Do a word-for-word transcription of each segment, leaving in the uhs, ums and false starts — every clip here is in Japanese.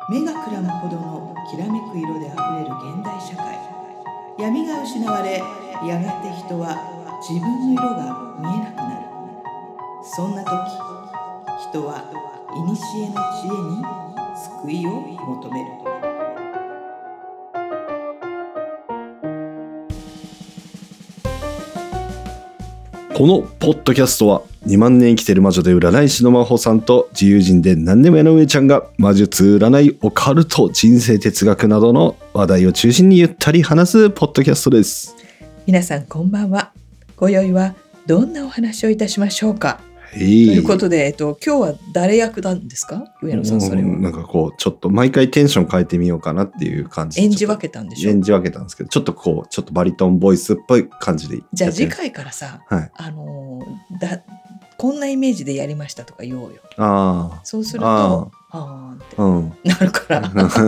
目がくらむほどのきらめく色であふれる現代社会。闇が失われ、やがて人は自分の色が見えなくなる。そんな時、人は古の知恵に救いを求める。 このポッドキャストはにまんねん生きてる魔女で占い師の真帆さんと自由人で何でも屋の上ちゃんが魔術、占い、オカルト、人生哲学などの話題を中心にゆったり話すポッドキャストです。 皆さんこんばんは。今宵はどんなお話をいたしましょうか。 といということで、えっと、今日は誰役なんですか、上野さん。それはなんかこうちょっと毎回テンション変えてみようかなっていう感じで演じ分けたんでしょ。 演じ分けたんですけど、ちょっとこうちょっとバリトンボイスっぽい感じで。 じゃあ次回からさ、 はい、 あのー、だこんなイメージでやりましたとか言おうよ。 ああ、 そうするとああって、 うん、 なるから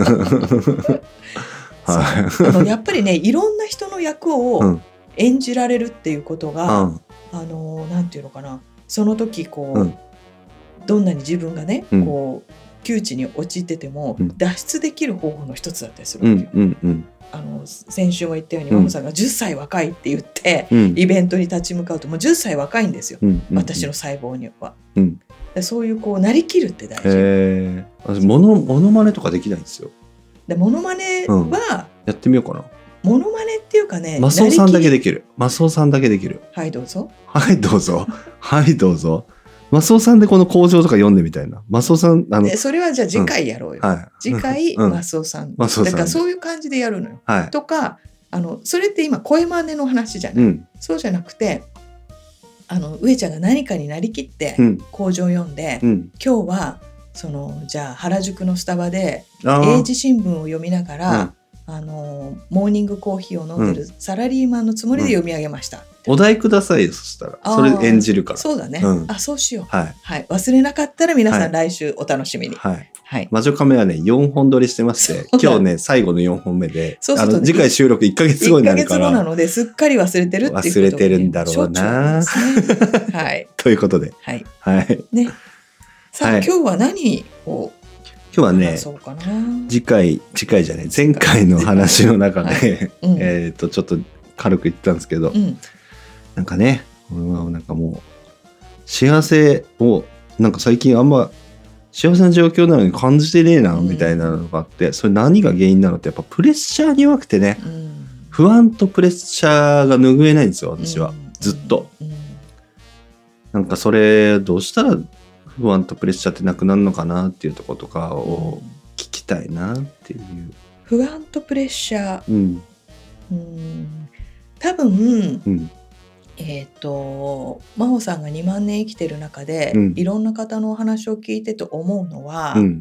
はい、あのやっぱりね、いろんな人の役を演じられるっていうことが、うん、あのー、なんていうのかな、その時こう、うん、どんなに自分がね、うん、こう窮地に陥ってても、うん、脱出できる方法の一つだったりするわけよ、うんうんうん、あの先週も言ったように、マモさんがじゅっさい若いって言って、うん、イベントに立ち向かうともうじゅっさい若いんですよ、うんうんうん、私の細胞には、うん、そういうこうなりきるって大事。 へー、モノ、モノマネとかできないんですよ。 でモノマネは、うん、 やってみようかな。 モノマネっていうかね、 マスオさんだけできる。マスオさんだけできる。 はいどうぞ。 はいどうぞ。はいどうぞ。マスオさんでこの工場とか読んでみたいな。マスオさん、あのそれはじゃあ次回やろうよ、うんはい、次回、うん、マスオさん、マスオさんだからそういう感じでやるのよ、はい、とかあのそれって今声真似の話じゃない、うん、そうじゃなくて、あの上ちゃんが何かになりきって工場読んで、うん、今日はそのじゃあ原宿のスタバで英字新聞を読みながら、うんあのモーニングコーヒーを飲んでるサラリーマンのつもりで読み上げました、 うん、お題くださいよ。そしたらそれ演じるから。 そうだね、うん、あそうしよう、 はいはい、忘れなかったら皆さん来週お楽しみに、 はいはい、魔女カメはねよんほん撮りしてまして今日ね最後のよんほんめで、そうそうそう、ね、あの次回収録いっかげつごになるからいっかげつごなのですっかり忘れてるっていうこと、ね、忘れてるんだろうな、ねはい、ということで、 はいはいね、 さあ、はい、今日は何を今日はね、次回次回じゃね前回の話の中で、はいうん、えっとちょっと軽く言ったんですけど、うん、なんかね、俺はなんかもう幸せをなんか最近あんま幸せな状況なのに感じてねえなみたいなのがあって、うん、それ何が原因なのってやっぱプレッシャーに弱くてね、うん、不安とプレッシャーが拭えないんですよ私は、うん、ずっと、うん、なんかそれどうしたら不安とプレッシャーってなくなるのかなっていうところとかを聞きたいなっていう。 不安とプレッシャー、うん、うん多分、うん、えっと真帆さんがにまんねん生きてる中で、うん、いろんな方のお話を聞いてと思うのは、うん、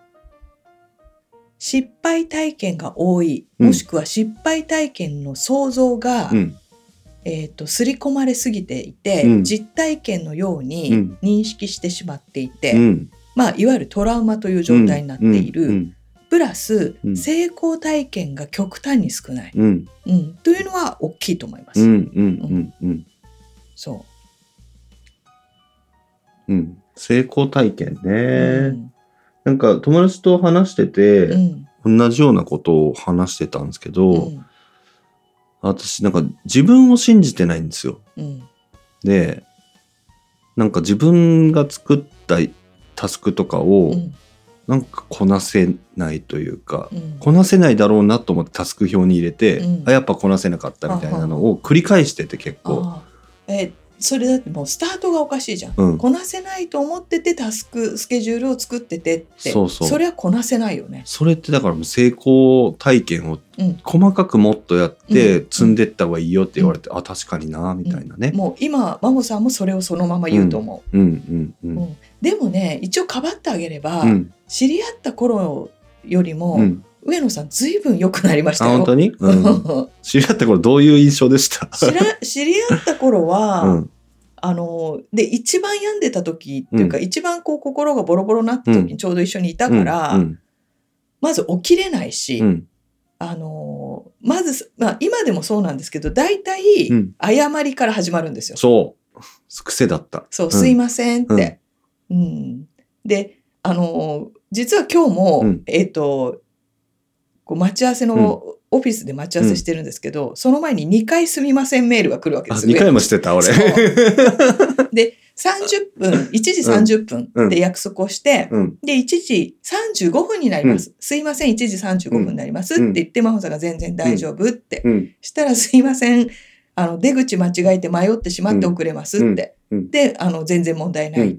失敗体験が多い、もしくは失敗体験の想像が、うんえーと、刷り込まれすぎていて、うん、実体験のように認識してしまっていて、うんまあ、いわゆるトラウマという状態になっている、うんうん、プラス、うん、成功体験が極端に少ない、うんうん、というのは大きいと思います、うんうんうんうん、そう、 うん、成功体験ね、うん、なんか友達と話してて、うん、同じようなことを話してたんですけど、うん私なんか自分を信じてないんですよ、うん、でなんか自分が作ったタスクとかをなんかこなせないというか、うん、こなせないだろうなと思ってタスク表に入れて、うん、あやっぱこなせなかったみたいなのを繰り返してて結構あえそれだってもうスタートがおかしいじゃん、うん、こなせないと思っててタスクスケジュールを作っててってそうそうそれはこなせないよね。 それってだからもう成功体験を細かくもっとやって積んでった方がいいよって言われて、うん、あ確かになみたいなね、 うん、もう今真帆さんもそれをそのまま言うと思う、うんうんうんうん、でもね一応かばってあげれば、うん、知り合った頃よりも、うん上野さんずいぶん良くなりましたよ。 あ本当に、うん、知り合った頃どういう印象でした知ら知り合った頃は、うん、あので一番病んでた時っていうか、うん、一番こう心がボロボロになった時にちょうど一緒にいたから、うんうん、まず起きれないし、うん、あのまず、まあ、今でもそうなんですけど大体謝りから始まるんですよ。 そう癖だった。 そうすいませんって、うんうん、であの実は今日も、うん、えっと、こう待ち合わせの、うん、オフィスで待ち合わせしてるんですけど、うん、その前ににかいすみませんメールが来るわけですよ。 にかいもしてた、俺。 で、さんじゅっぷん、いちじさんじゅっぷんで約束をして、うん、で、いちじさんじゅうごふんになります。うん、すいません、いちじさんじゅうごふんになりますって言って、真帆さんが全然大丈夫って。うん、したら、すいません、あの、出口間違えて迷ってしまって遅れますって。うん、で、あの、全然問題ないって。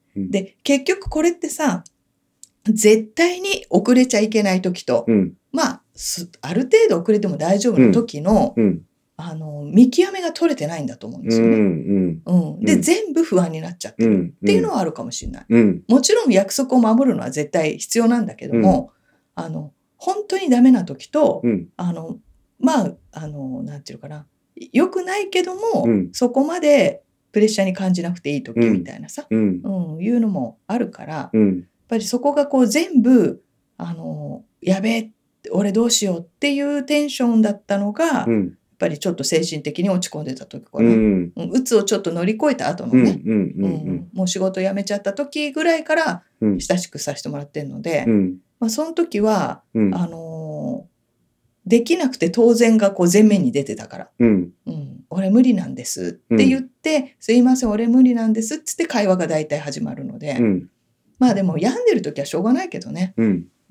うん、で、結局これってさ、絶対に遅れちゃいけない時と、うん、まあ、ある程度遅れても大丈夫な時の、うん、あの、見極めが取れてないんだと思うんですよね。うんうんうん、で、全部不安になっちゃってるっていうのはあるかもしれない。うん、もちろん約束を守るのは絶対必要なんだけども、うん、あの、本当にダメな時と、うん、あの、まあ、あの、なんていうかな、良くないけども、うん、そこまでプレッシャーに感じなくていい時みたいなさ、うんうん、いうのもあるから、うん、やっぱりそこがこう全部、あの、やべえ、俺どうしようっていうテンションだったのが、うん、やっぱりちょっと精神的に落ち込んでた時かな。うん、うつをちょっと乗り越えた後のね、もう仕事辞めちゃった時ぐらいから親しくさせてもらってるので、うん、まあ、その時は、うん、あのー、できなくて当然がこう前面に出てたから、うんうん、俺無理なんですって言って、うん、すいません俺無理なんですってって会話が大体始まるので、うん、まあでも病んでる時はしょうがないけどね、うんうん、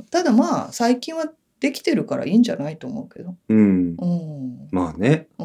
ただまあ最近はできてるからいいんじゃないと思うけど、うんうん、 まあね、 うん、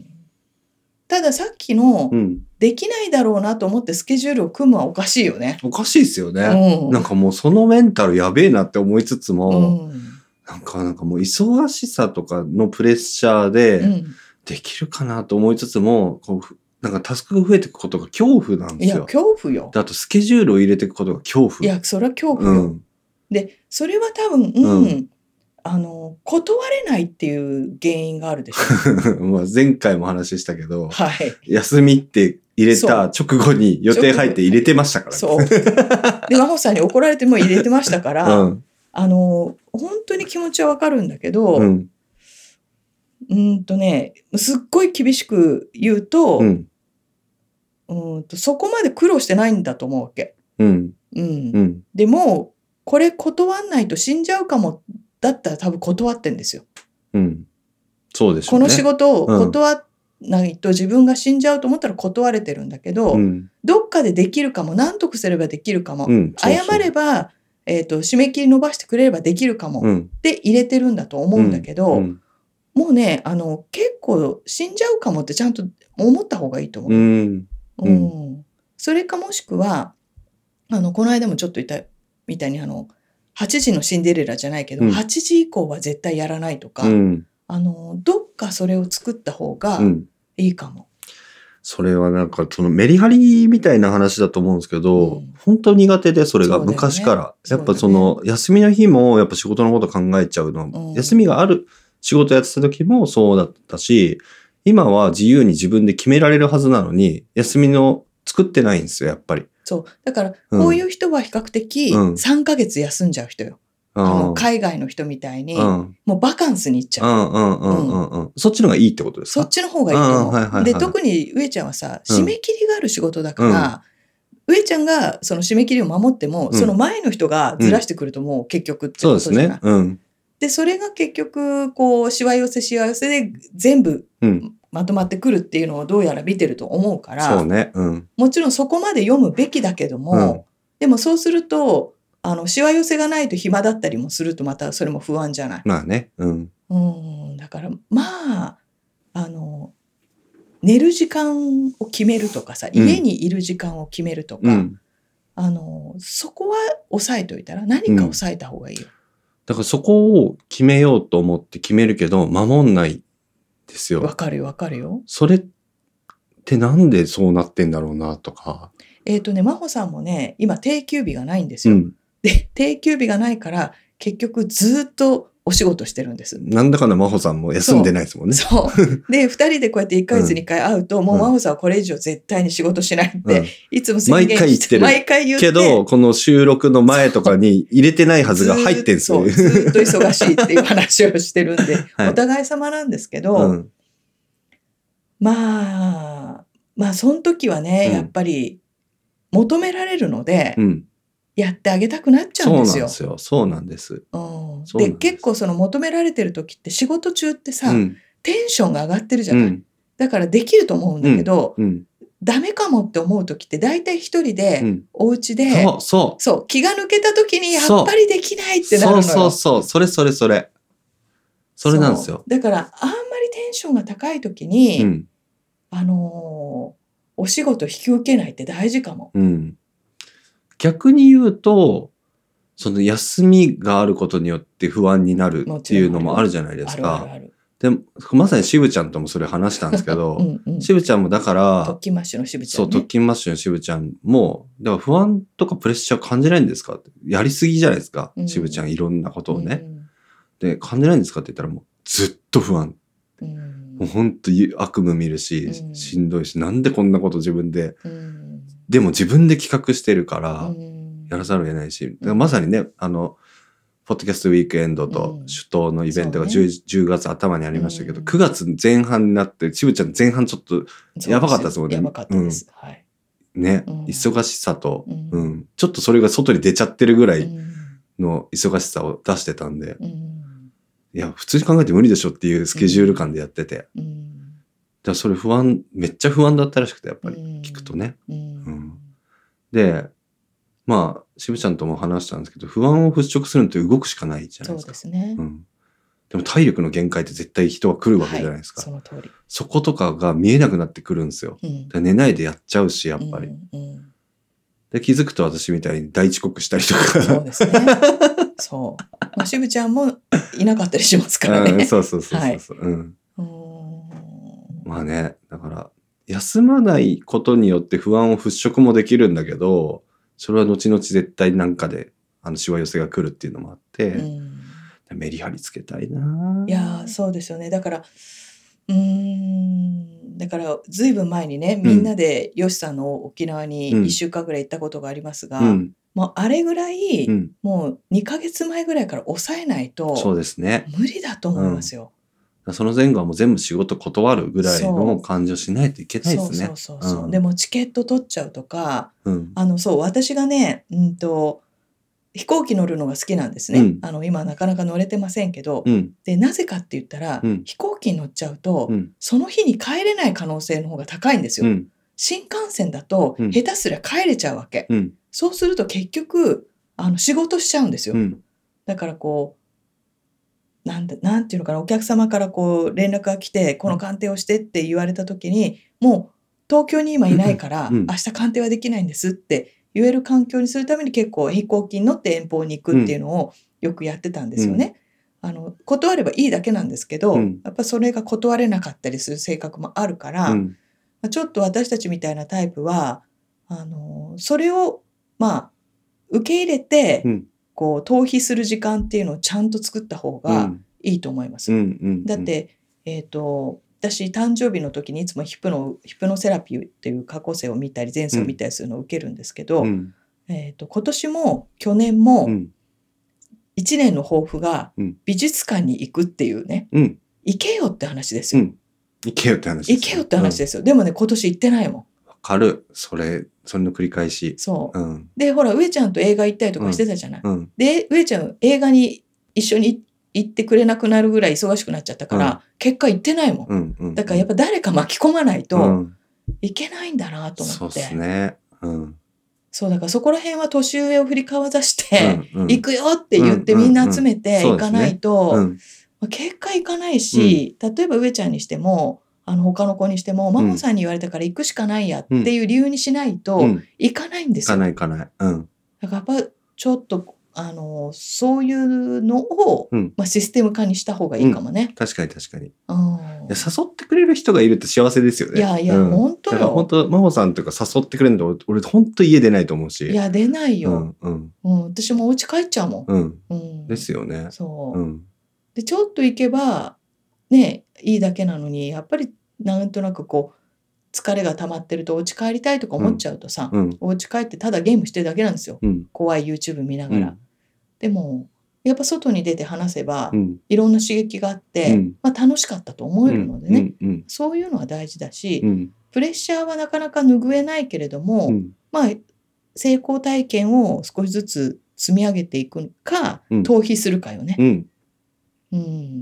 たださっきの、うん、できないだろうなと思ってスケジュールを組むはおかしいよね。 おかしいですよね、うん、なんかもうそのメンタルやべえなって思いつつも、うん、なんかなんかもう忙しさとかのプレッシャーでできるかなと思いつつも、こうなんかタスクが増えていくことが恐怖なんですよ。 いや恐怖よ。 あとスケジュールを入れていくことが恐怖。 いやそれは恐怖よ、うん、でそれは多分、うんうん、あの断れないっていう原因があるでしょ。 まあ前回も話したけど、はい、休みって入れた直後に予定入って入れてましたから、ね、 そうで真帆さんに怒られても入れてましたから、うん、あの本当に気持ちはわかるんだけど、うん、うんとねすっごい厳しく言うと、うん、うんとそこまで苦労してないんだと思うわけ。うんうんうん、でもこれ断んないと死んじゃうかもだったら多分断ってんですよ。 うん、そうでしょうね。 この仕事を断らないと自分が死んじゃうと思ったら断れてるんだけど、うん、どっかでできるかも、何とかすればできるかも、うん、そうそう謝れば、えーと、締め切り伸ばしてくれればできるかも、うん、って入れてるんだと思うんだけど、うん、もうねあの結構死んじゃうかもってちゃんと思った方がいいと思う。うんうん、それかもしくはあのこの間もちょっと言ったみたいにあのはちじのシンデレラじゃないけど、うん、はちじ以降は絶対やらないとか、うん、あのどっかそれを作った方がいいかも、うん、 それはなんかそのメリハリみたいな話だと思うんですけど、うん、本当苦手でそれが昔から、ね、やっぱその休みの日もやっぱ仕事のこと考えちゃうの、うん、休みがある仕事やってた時もそうだったし、今は自由に自分で決められるはずなのに休みの作ってないんですよやっぱり。 そうだからこういう人は比較的さんかげつ休んじゃう人よ、うん、あの海外の人みたいに、うん、もうバカンスに行っちゃう。 そっちの方がいいってことですか？ そっちの方がいいと思う、はいはいはい、で特に上ちゃんはさ締め切りがある仕事だから、うん、上ちゃんがその締め切りを守っても、うん、その前の人がずらしてくるともう結局ってことじゃない、うん、そうですね、うん、でそれが結局こうしわ寄せしわ寄せで全部、うんまとまってくるっていうのをどうやら見てると思うから、そうね、うん、もちろんそこまで読むべきだけども、うん、でもそうするとあのしわ寄せがないと暇だったりもするとまたそれも不安じゃない。 まあね、うん、 うんだからまああの寝る時間を決めるとかさ、うん、家にいる時間を決めるとか、うん、あのそこは抑えといたら何か抑えた方がいいよ、うん、 だからそこを決めようと思って決めるけど守んないですよ。 わかるよわかるよ。 それってなんでそうなってんだろうなとか。 えっとね真帆さんもね今定休日がないんですよ、うん、で定休日がないから結局ずっとお仕事してるんです。 なんだかんだ真帆さんも休んでないですもんね。 そう。そうでふたりでこうやっていっかげつにいっかい会うと、うん、もう真帆さんはこれ以上絶対に仕事しないって、うん、いつも宣言して毎回言ってる。毎回言ってけどこの収録の前とかに入れてないはずが入ってんすよ。 ず, ずっと忙しいっていう話をしてるんで、はい、お互い様なんですけど、うん、まあまあその時はね、うん、やっぱり求められるので、うん、 やってあげたくなっちゃうんですよ。 そうなんですよ。そうなんです。 うん、で結構その求められてる時って仕事中ってさ、うん、テンションが上がってるじゃない、うん、だからできると思うんだけど、うんうん、ダメかもって思う時って大体一人でお家で、うん、そうそうそう気が抜けた時にやっぱりできないってなるのよ。 そうそうそうそれそれそれそれなんですよ。 だからあんまりテンションが高い時に、うん、あのー、お仕事引き受けないって大事かも。 うん、逆に言うとその休みがあることによって不安になるっていうのもあるじゃないですか。あるあるある。でまさに渋ちゃんともそれ話したんですけど、うんうん、渋ちゃんもだから特勤マッシュの渋ちゃん、 ね、そう特勤マッシュの渋ちゃんもだから不安とかプレッシャー感じないんですかってやりすぎじゃないですか、うん、渋ちゃんいろんなことをね、うん、で感じないんですかって言ったらもうずっと不安、うん、もう本当に悪夢見るし、うん、しんどいしなんでこんなこと自分で、うん、でも自分で企画してるから、うんやらざるを得ないし、だからまさにね、あの、ポッドキャストウィークエンドと首都のイベントが 10,、うんね、じゅうがつ頭にありましたけど、うん、くがつ前半になって、しぶちゃん前半ちょっとやばかったですもんね。 やばかったです。うん、はい。 ね、うん、忙しさと、うんうん、ちょっとそれが外に出ちゃってるぐらいの忙しさを出してたんで、うん、いや、普通に考えて無理でしょっていうスケジュール感でやってて、うん、だからそれ不安、めっちゃ不安だったらしくて、やっぱり聞くとね。うんうん、で、まあ、渋ちゃんとも話したんですけど、不安を払拭するのって動くしかないじゃないですか。 そうですね。 うん。でも体力の限界って絶対人は来るわけじゃないですか。 はい、その通り。 そことかが見えなくなってくるんですよ。うん、で寝ないでやっちゃうし、やっぱり、うんうん。で、気づくと私みたいに大遅刻したりとか。 そうですね。そう。まあ、渋ちゃんもいなかったりしますからね。 うん、そうそうそうそうそう、はい、うん。まあね、だから、休まないことによって不安を払拭もできるんだけど、それは後々絶対なんかであのしわ寄せが来るっていうのもあって、うん、メリハリつけたいな。 いやそうですよね。だからうーんだからずいぶん前にね、みんなでよしさんの沖縄にいっしゅうかんぐらい行ったことがありますが、うん、もうあれぐらい、うん、もうにかげつまえぐらいから抑えないとそうですね。 無理だと思いますよ。 うん、その前後はもう全部仕事断るぐらいの感じをしないといけないですね。 そうそうそうそう、うん、でもチケット取っちゃうとか、うん、あのそう私がね、うんと飛行機乗るのが好きなんですね。うん、あの今なかなか乗れてませんけど、うん、でなぜかって言ったら、うん、飛行機に乗っちゃうと、うん、その日に帰れない可能性の方が高いんですよ。うん、新幹線だと、下手すりゃ帰れちゃうわけ。うん、そうすると結局あの仕事しちゃうんですよ。うん、だからこうなんだなんていうのかな、お客様からこう連絡が来てこの鑑定をしてって言われた時に、もう東京に今いないから、うん、明日鑑定はできないんですって言える環境にするために結構飛行機に乗って遠方に行くっていうのをよくやってたんですよね。うん、あの断ればいいだけなんですけど、うん、やっぱそれが断れなかったりする性格もあるから、うん、ちょっと私たちみたいなタイプはあのそれをまあ受け入れて、うん、こう逃避する時間っていうのをちゃんと作った方がいいと思います。うんうんうん、だって、えーと私誕生日の時にいつもヒプノヒプノセラピーっていう過去世を見たり前世を見たりするのを受けるんですけど、うんえー、と今年も去年もいちねんの抱負が美術館に行くっていうね、うん、行けよって話ですよ、うん、 行けよって話ですよ。 行けよって話ですよ、うん、でもね今年行ってないもん。 わかる、それそれの繰り返し。 そう、うん、でほら上ちゃんと映画行ったりとかしてたじゃない、うんうん、で上ちゃん映画に一緒に行ってくれなくなるぐらい忙しくなっちゃったから、うん、結果行ってないもん、うんうんうん、だからやっぱ誰か巻き込まないといけないんだなと思って、うん、 そうですね、うん、 そうだからそこら辺は年上を振りかわざして、うんうん、行くよって言ってみんな集めて行かないと、うんうんねうん、結果行かないし、うん、例えば上ちゃんにしてもあの他の子にしても、マモさんに言われたから行くしかないやっていう理由にしないと、うん、行かないんですよ。 行かない行かない、うん、 だからやっぱちょっとあのそういうのを、うんまあ、システム化にした方がいいかもね。 うん、確かに確かに、うん、いや誘ってくれる人がいるって幸せですよね。 いやいや、うん、本当よ。 だから本当真帆さんとか誘ってくれるの俺本当家出ないと思うし。 いや出ないよ、うんうんうん、私もお家帰っちゃうもん、 うんうん、ですよね。 そう、うん、でちょっと行けばねいいだけなのにやっぱりなんとなくこう疲れが溜まってるとお家帰りたいとか思っちゃうとさ、うん、お家帰ってただゲームしてるだけなんですよ、うん、怖い YouTube 見ながら、うん、でもやっぱ外に出て話せば、うん、いろんな刺激があって、うんまあ、楽しかったと思えるのでね、うんうんうん、そういうのは大事だし、うん、プレッシャーはなかなか拭えないけれども、うん、まあ成功体験を少しずつ積み上げていくか、うん、逃避するかよね、 うんうん、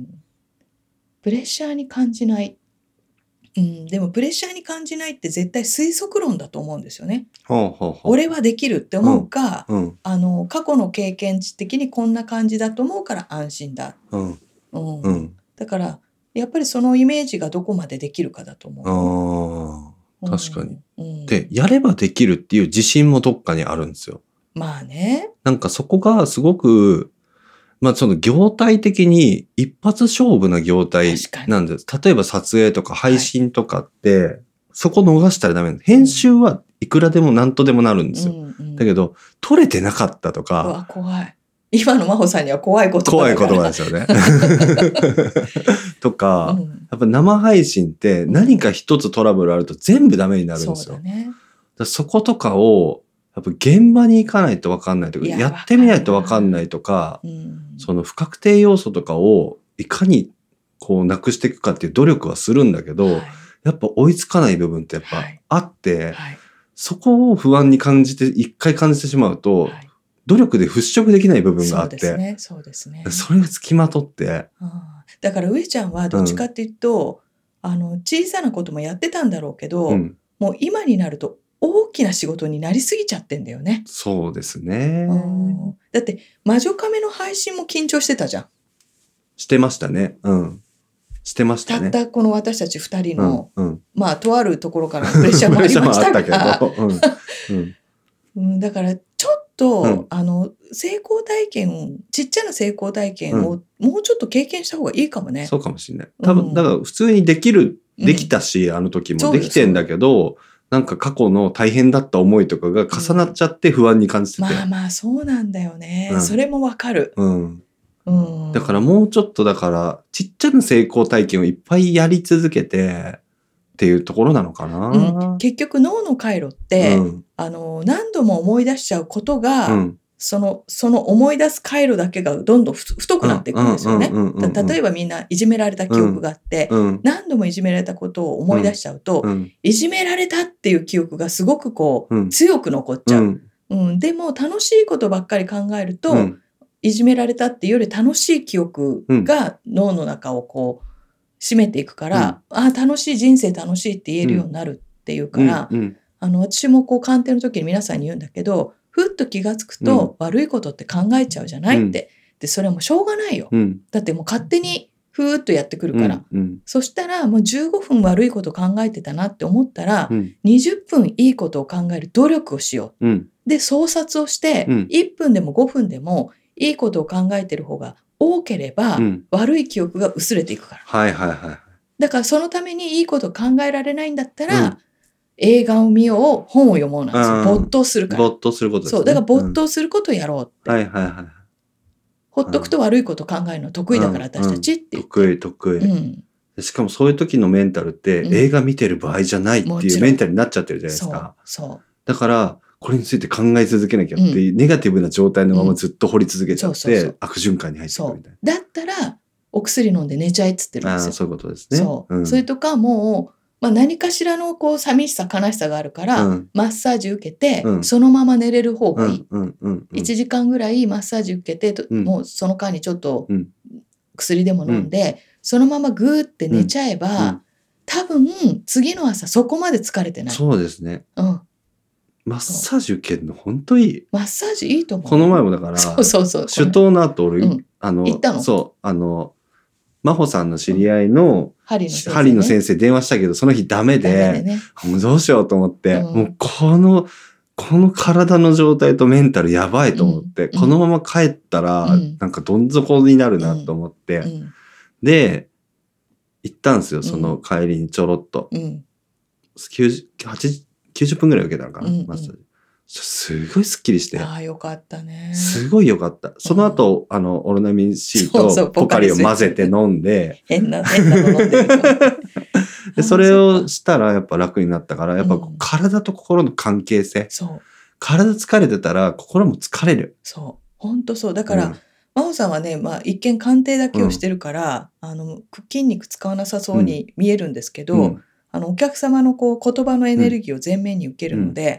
プレッシャーに感じない、うん、でもプレッシャーに感じないって絶対推測論だと思うんですよね。 ほうほうほう、 俺はできるって思うか、 うんうん、 あの過去の経験値的にこんな感じだと思うから安心だ、 うんうんうん、 だからやっぱりそのイメージがどこまでできるかだと思う。ああ、確かに、 うん、 でやればできるっていう自信もどっかにあるんですよ。 まあね。 なんかそこがすごく、まあその業態的に一発勝負な業態なんです。例えば撮影とか配信とかって、はい、そこ逃したらダメなんです。編集はいくらでも何とでもなるんですよ。うんうん、だけど、撮れてなかったとか。 うわ、怖い。今の真帆さんには怖い言葉だ怖い言葉ですよね。とか、うん、やっぱ生配信って何か一つトラブルあると全部ダメになるんですよ。 そうだね。 だそことかを、やっぱ現場に行かないと分かんないとか、や, やってみないと分かんないとか、うん、その不確定要素とかをいかにこうなくしていくかっていう努力はするんだけど、はい、やっぱ追いつかない部分ってやっぱあって、はいはい、そこを不安に感じて、一回感じてしまうと、はい、努力で払拭できない部分があって、そうですね、そうですね。それがつきまとって。 あだから上ちゃんはどっちかっていうと、うん、あの小さなこともやってたんだろうけど、うん、もう今になると大きな仕事になりすぎちゃってんだよね。 そうですね。 だって魔女カメの配信も緊張してたじゃん。 してましたね。うん。してましたね。 たったこの私たち二人の、うんうん、まあとあるところからのプレッシャーもありましたが、うんうん、だからちょっと、うん、あの成功体験をちっちゃな成功体験を、うん、もうちょっと経験した方がいいかもね。 そうかもしれない。多分、うん、だから普通にできるできたし、あの時もできてんだけど。なんか過去の大変だった思いとかが重なっちゃって不安に感じてて、うん、 まあまあそうなんだよね、うん、それもわかる、 うんうん、だからもうちょっとだからちっちゃな成功体験をいっぱいやり続けてっていうところなのかな、 うん、結局脳の回路って、うん、あの何度も思い出しちゃうことが、うん、そのその思い出す回路だけがどんどん太くなっていくんですよね。例えばみんないじめられた記憶があって、うん、何度もいじめられたことを思い出しちゃうと、うん、いじめられたっていう記憶がすごくこう、うん、強く残っちゃう、うんうん、でも楽しいことばっかり考えると、うん、いじめられたっていうより楽しい記憶が脳の中をこう占めていくから、うん、あ楽しい人生楽しいって言えるようになるっていうから、うんうん、あの私もこう鑑定の時に皆さんに言うんだけど、ふっと気がつくと、うん、悪いことって考えちゃうじゃない、うん、ってでそれはもうしょうがないよ、うん、だってもう勝手にふーっとやってくるから、うんうん、そしたらもうじゅうごふん悪いこと考えてたなって思ったら、うん、にじゅっぷんいいことを考える努力をしよう、うん、で総察をして、うん、いっぷんでもごふんでもいいことを考えてる方が多ければ、うん、悪い記憶が薄れていくから、 はいはいはい、 だからそのためにいいことを考えられないんだったら、うん映画を見よう、本を読もうなんですよ。没頭するから。 没頭することですね。 そう、だから没頭することをやろうって。 うん、はいはいはい。 ほっとくと悪いこと考えるの得意だから私たちって言って。 得意得意、うん。しかもそういう時のメンタルって、うん、映画見てる場合じゃないっていうメンタルになっちゃってるじゃないですか。そう。そうだからこれについて考え続けなきゃって、うん、ネガティブな状態のままずっと掘り続けちゃって、うん、そうそうそう悪循環に入ってくるみたいな。だったらお薬飲んで寝ちゃいっつってるんですよ。 あそういうことですね。 そう。うん、それとかもう。まあ、何かしらのこう寂しさ悲しさがあるから、うん、マッサージ受けて、うん、そのまま寝れる方がいい、うんうんうんうん、いちじかんぐらいマッサージ受けて、うん、もうその間にちょっと薬でも飲んで、うん、そのままグーって寝ちゃえば、うん、多分次の朝そこまで疲れてない。 そうですね、うん、マッサージ受けるの本当いい。 マッサージいいと思う。 この前もだからそうそうそう手刀の後俺、うん、あの行ったの？ そうあの真帆さんの知り合いの針の先生、ね、針の先生電話したけどその日ダメで、ダメでね、もうどうしようと思って、うん、もうこのこの体の状態とメンタルやばいと思って、うん、このまま帰ったら、うん、なんかどん底になるなと思って、うん、で行ったんですよその帰りにちょろっと、うん、きゅうじゅう、はちじゅう、きゅうじゅっぷんぐらい受けたのかな、うんうん、マッサージすごいスッキリして。 ああ、よかったね。すごいよかった。その後、うん、あの、オロナミン C とポカリを混ぜて飲んで。 変な、変なの飲んでるで、それをしたらやっぱ楽になったから、やっぱ体と心の関係性。うん、そう。体疲れてたら心も疲れる。 そう。ほんとそう。だから、うん、真帆さんはね、まあ一見鑑定だけをしてるから、うん、あの、筋肉使わなさそうに見えるんですけど、うん、あの、お客様のこう言葉のエネルギーを前面に受けるので、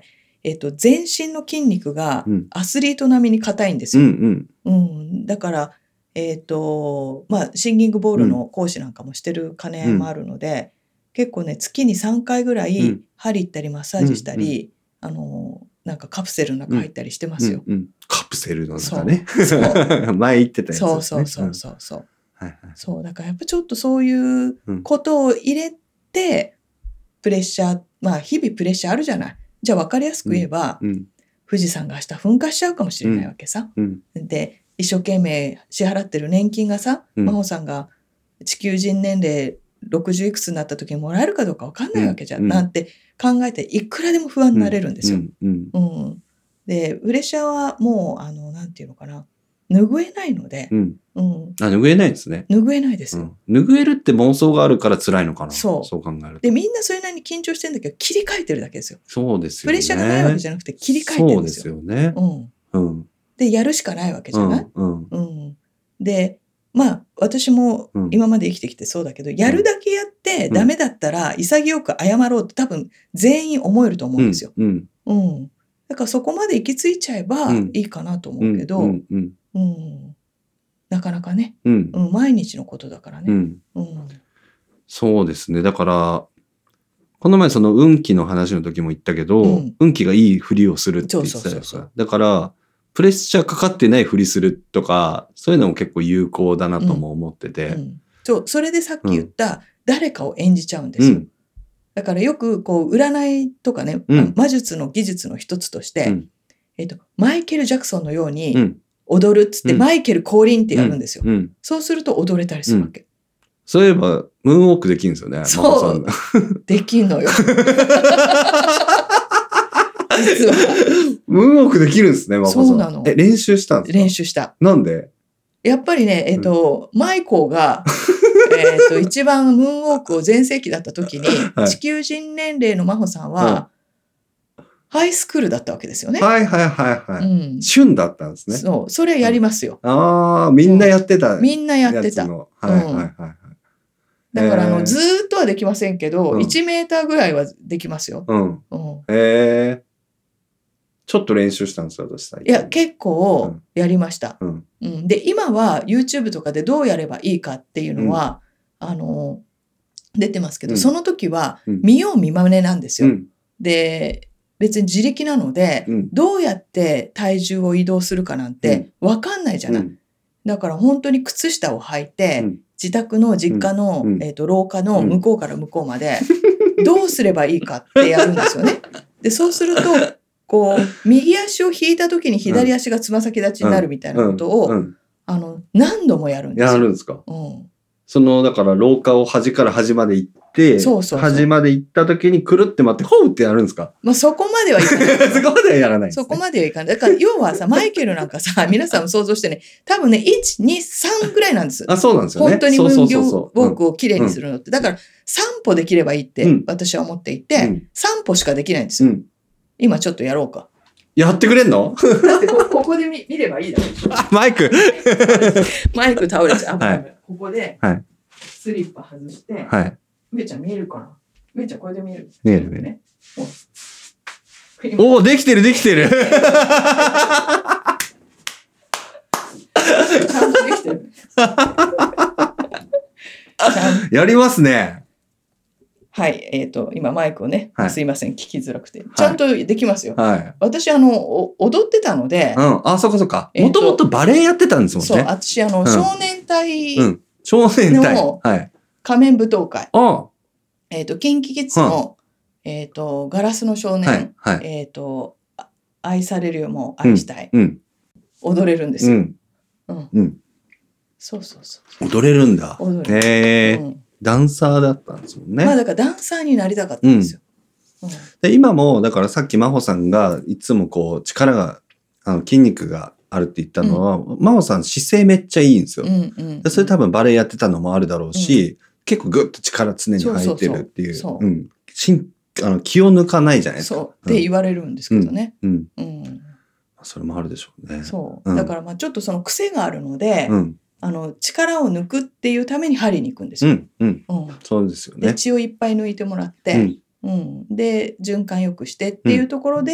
えっと、全身の筋肉がアスリート並みに硬いんですよ。うんうんうん、だから、えっと、まあ、シンギングボールの講師なんかもしてる兼ね合いもあるので、うん、結構ね、月にさんかいぐらい、針行ったりマッサージしたり、うんうん、あの、なんかカプセルの中入ったりしてますよ。 うんうんうん、カプセルの中ね。そう前言ってたやつですね。 そうそうそうそうそう。はいはい、そう、だからやっぱちょっとそういうことを入れて、プレッシャー、まあ日々プレッシャーあるじゃない。じゃあ分かりやすく言えば、うんうん、富士山が明日噴火しちゃうかもしれないわけさ。うんうん、で、一生懸命支払ってる年金がさ、うん、真帆さんが地球人年齢ろくじゅういくつになった時にもらえるかどうか分かんないわけじゃん。うん、なんて考えていくらでも不安になれるんですよ。うんうんうん、で、プレッシャーはもう、あの、なんていうのかな。拭えないので、 うんうん、あ、拭えないですね。 拭えないですよ、 うん。拭えるって妄想があるから辛いのかな。 そう。 そう考えると。 で、みんなそれなりに緊張してるんだけど、切り替えてるだけですよ。 そうですよね。 プレッシャーがないわけじゃなくて、切り替えてるんですよ。 そうですよね。うん。うん、 で、やるしかないわけじゃない、うんうん、で、まあ、私も今まで生きてきてそうだけど、うん、やるだけやってダメだったら潔く謝ろうって多分全員思えると思うんですよ。うんうんうん、だからそこまで行き着いちゃえばいいかなと思うけど、うんうんうん、なかなかね、うんうん、毎日のことだからね、うんうん。 そうですね。だから、この前その運気の話の時も言ったけど、うん、運気がいいふりをするって言ってたじゃないですか。だから、プレッシャーかかってないふりするとか、そういうのも結構有効だなとも思ってて。うんうん、 そう、それでさっき言った、誰かを演じちゃうんですよ。うん、だからよくこう占いとかね、うん、魔術の技術の一つとして、うん、えっと、マイケル・ジャクソンのように踊るっつって、うん、マイケル降臨ってやるんですよ、うんうん。そうすると踊れたりするわけ。うん、 そういえば、ムーンウォークできるんですよね。 そう。できんのよ。実は。 ムーンウォークできるんですね、マコさん。 そうなの。 え、練習したんですか？ 練習した。 なんで？ やっぱりね、えっと、うん、マイコーが、えっと、一番ムーンウォークを全盛期だった時に、はい、地球人年齢の真帆さんは、うん、ハイスクールだったわけですよね。 はいはいはいはい。うん、旬だったんですね。 そう。それやりますよ。 うん、ああ、みんなやってた、 うん。みんなやってた。はいはいはい。だから、あの、ずーっとはできませんけど、うん、いちメーターぐらいはできますよ。うん。うん、 へえ。ちょっと練習したんですよ、私最近。 いや、結構やりました。うんうん、で、今は YouTube とかでどうやればいいかっていうのは、うん、あの、出てますけど、うん、その時は見よう見まねなんですよ。うん、で、別に自力なので、うん、どうやって体重を移動するかなんて分かんないじゃない。うん、だから本当に靴下を履いて、うん、自宅の実家の、うん、えーと、廊下の向こうから向こうまで、どうすればいいかってやるんですよね。で、そうすると、こう、右足を引いた時に左足がつま先立ちになるみたいなことを、うんうん、あの、何度もやるんですよ。 やるんですか？うん。その、だから廊下を端から端まで行って、そうそうそう、端まで行った時にくるって待って、ホーってやるんですか？ まあ、そこまではいかない。 そこまではやらないですね。 そこまではいかない。だから、要はさ、マイケルなんかさ、皆さんも想像してね、多分ね、いち、に、さんぐらいなんです。 あ、そうなんですよね。 本当にムーンウォークをきれいにするのって。だから、さん歩できればいいって私は思っていて、うん、さん歩しかできないんですよ。うん、今ちょっとやろうか。 やってくれんの？ だってこ、ここで 見, 見ればいいだろ。 マイクマイク倒れちゃう。はい、ここで、スリッパ外して、はい。上ちゃん見えるかな？上ちゃんこれで見える？ 見えるね。おお、できてるできてる。ちゃんとできてる。 やりますね。 はい。えっと、今マイクをね、はい、すいません。聞きづらくて。ちゃんとできますよ。はい。私、あの、踊ってたので。 うん。あ、そっかそっか。もともとバレエやってたんですもんね。 そう。私、あの、うん、少年隊の、うん、 少年隊。はい。 仮面舞踏会。あえっと、キンキキッズの、うん、えっと、ガラスの少年。はいはい、えっと、愛されるよも愛したい。うん。踊れるんですよ。うん。うん。うん、そうそうそう。 踊れるんだ。踊れる。へえ。うんダンサーだったんですもんね。 まあだからダンサーになりたかったんですよ。 うんうん、で今もだからさっき真帆さんがいつもこう力があの筋肉があるって言ったのは、うん、真帆さん姿勢めっちゃいいんですよ。うんうんうん、それ多分バレエやってたのもあるだろうし、うん、結構グッと力常に入ってるっていう。そうそうそう、うん、あの気を抜かないじゃないですか。 そうって言われるんですけどね。うんうんうん、 それもあるでしょうね。 そう。だからまあちょっとその癖があるので。うんあの力を抜くっていうために針に行くんですよ。うんうんうん、そうですよね。 で血をいっぱい抜いてもらって、うんうん、で循環よくしてっていうところで、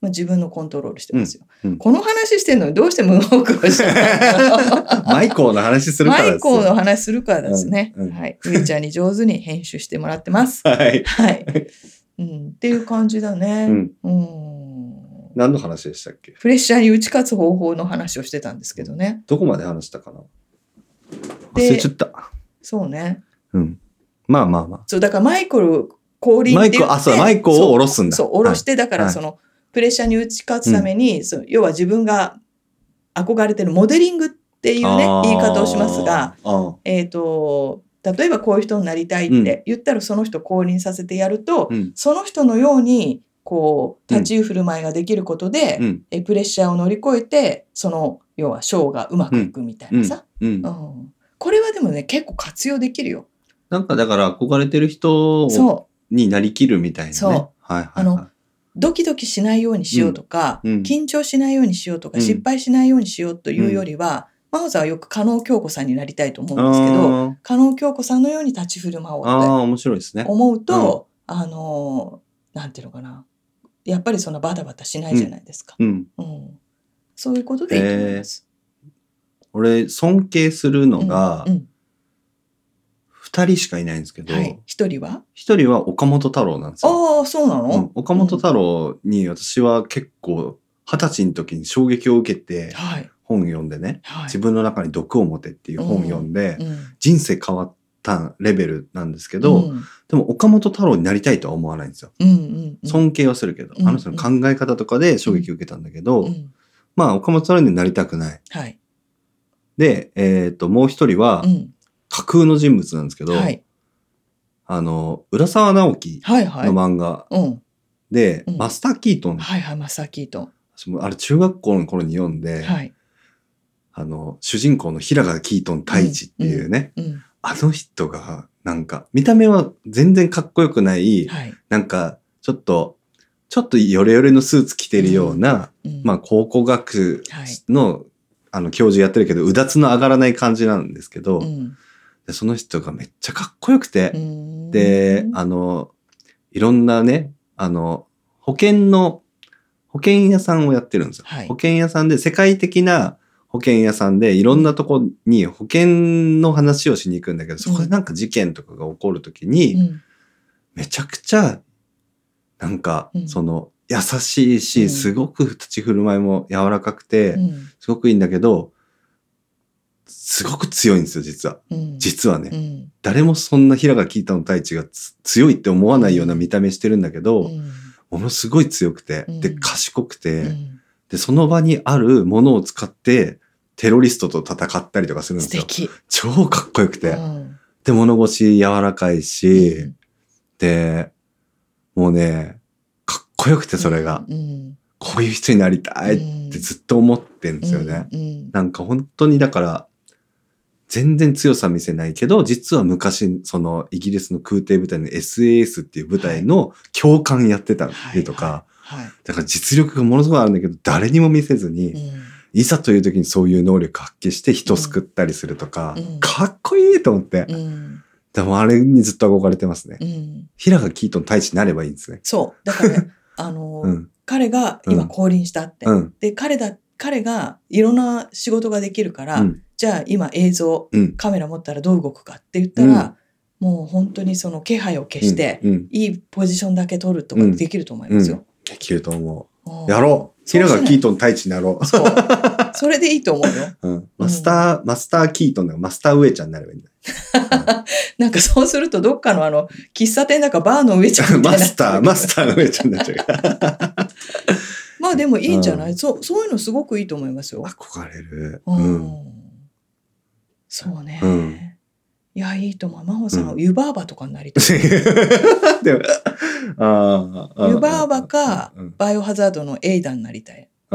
まあ、自分のコントロールしてますよ。うんうん、この話してるのにどうして無音句をしないマイコーの話するからですマイコーの話するからですね。うんうん、はい。ういちゃんに上手に編集してもらってます。 はい。 はい。うん、っていう感じだね。うん。 うん何の話でしたっけ？ プレッシャーに打ち勝つ方法の話をしてたんですけどね。 どこまで話したかな？忘れちゃった。 そうね。 うん。まあまあまあ。 そう、だからマイコル降臨って言って。 マイコ、あ、そう、マイコを下ろすんだ。 そう、下ろして、はい、だからその、はい、プレッシャーに打ち勝つために、うん、そう要は自分が憧れてるモデリングっていうね、言い方をしますが、えっと、例えばこういう人になりたいって言ったらその人降臨させてやると、うん、その人のように、こう、立ち居振る舞いができることで、うん、えプレッシャーを乗り越えて、その、要はショーがうまくいくみたいなさ。うんうんうん、これはでもね、結構活用できるよ。 なんかだから憧れてる人になりきるみたいなね。そう。はいはいはい、 あの、ドキドキしないようにしようとか、うんうん、緊張しないようにしようとか、うん、失敗しないようにしようというよりは、真帆さんはよく加納京子さんになりたいと思うんですけど、加納京子さんのように立ち振る舞おうって面白いですね。 思うと、うん、あの、なんていうのかな。やっぱりそんなバタバタしないじゃないですか。うんうん、そういうことでいいと思います。 えー、俺、尊敬するのが、うんうん二人しかいないんですけど、はい、 一人は一人は岡本太郎なんですよ。 ああ、そうなの、うん、 岡本太郎に私は結構二十歳の時に衝撃を受けて、はい、本読んでね、はい、自分の中に毒を持てっていう本読んで、うんうん、人生変わったレベルなんですけど、うん、でも岡本太郎になりたいとは思わないんですよ。うんうんうん、尊敬はするけど、うんうん、あの人の考え方とかで衝撃を受けたんだけど、うんうん、まあ岡本太郎になりたくない。はい、で、えっと、もう一人は、うん架空の人物なんですけど、はい、あの、浦沢直樹の漫画で、はいはいうん、マスター・キートン。 はいはい、マスター・キートン。 あれ中学校の頃に読んで、はい、あの、主人公の平賀キートン太一っていうね、うんうんうん、あの人が、なんか、見た目は全然かっこよくない、はい、なんか、ちょっと、ちょっとヨレヨレのスーツ着てるような、うんうん、まあ、考古学の、はい、あの、教授やってるけど、うだつの上がらない感じなんですけど、うんでその人がめっちゃかっこよくて、で、あの、いろんなね、あの、保険の、保険屋さんをやってるんですよ。はい、保険屋さんで、世界的な保険屋さんで、いろんなとこに保険の話をしに行くんだけど、そこでなんか事件とかが起こるときに、うん、めちゃくちゃ、なんか、うん、その、優しいし、すごく立ち振る舞いも柔らかくて、うん、すごくいいんだけど、すごく強いんですよ、実は。うん、実はね、うん。誰もそんな平賀キートン太一が強いって思わないような見た目してるんだけど、うん、ものすごい強くて、うん、で、賢くて、うん、で、その場にあるものを使ってテロリストと戦ったりとかするんですよ。素敵。超かっこよくて。うん、で、物腰柔らかいし、うん、で、もうね、かっこよくてそれが。うん、こういう人になりたいってずっと思ってんですよね。うんうん、なんか本当にだから、全然強さ見せないけど、実は昔、そのイギリスの空挺部隊の エスエーエス っていう部隊の教官やってたりとか、はいはいはい、だから実力がものすごいあるんだけど、誰にも見せずに、うん、いざという時にそういう能力発揮して人を救ったりするとか、うん、かっこいいと思って。うん、でもあれにずっと憧れてますね。うん、平賀キートン太一になればいいんですね。 そう。だから、ね、あの、うん、彼が今降臨したって。うん、で、彼だ、彼がいろんな仕事ができるから、うんじゃあ今映像、うん、カメラ持ったらどう動くかって言ったら、うん、もう本当にその気配を消して、うんうん、いいポジションだけ撮るとかできると思いますよ。うんうん、 できると思う。やろう。平賀キートン太一になろう。 そう。それでいいと思うよ。 うん、マスター、うん、マスターキートンだマスターウエちゃんになればいいんだ。 なんかそうするとどっかのあの、喫茶店なんかバーの上ちゃんみたいな。 マスター、マスターの上ちゃんになっちゃう。 まあでもいいんじゃない、うん、そう、そういうのすごくいいと思いますよ。 憧れる。 うん。うんそうね、うん。いや、いいと思う。真帆さんは湯婆婆とかになりたい。でもあ湯婆婆か、バイオハザードのエイダになりたい。 うん、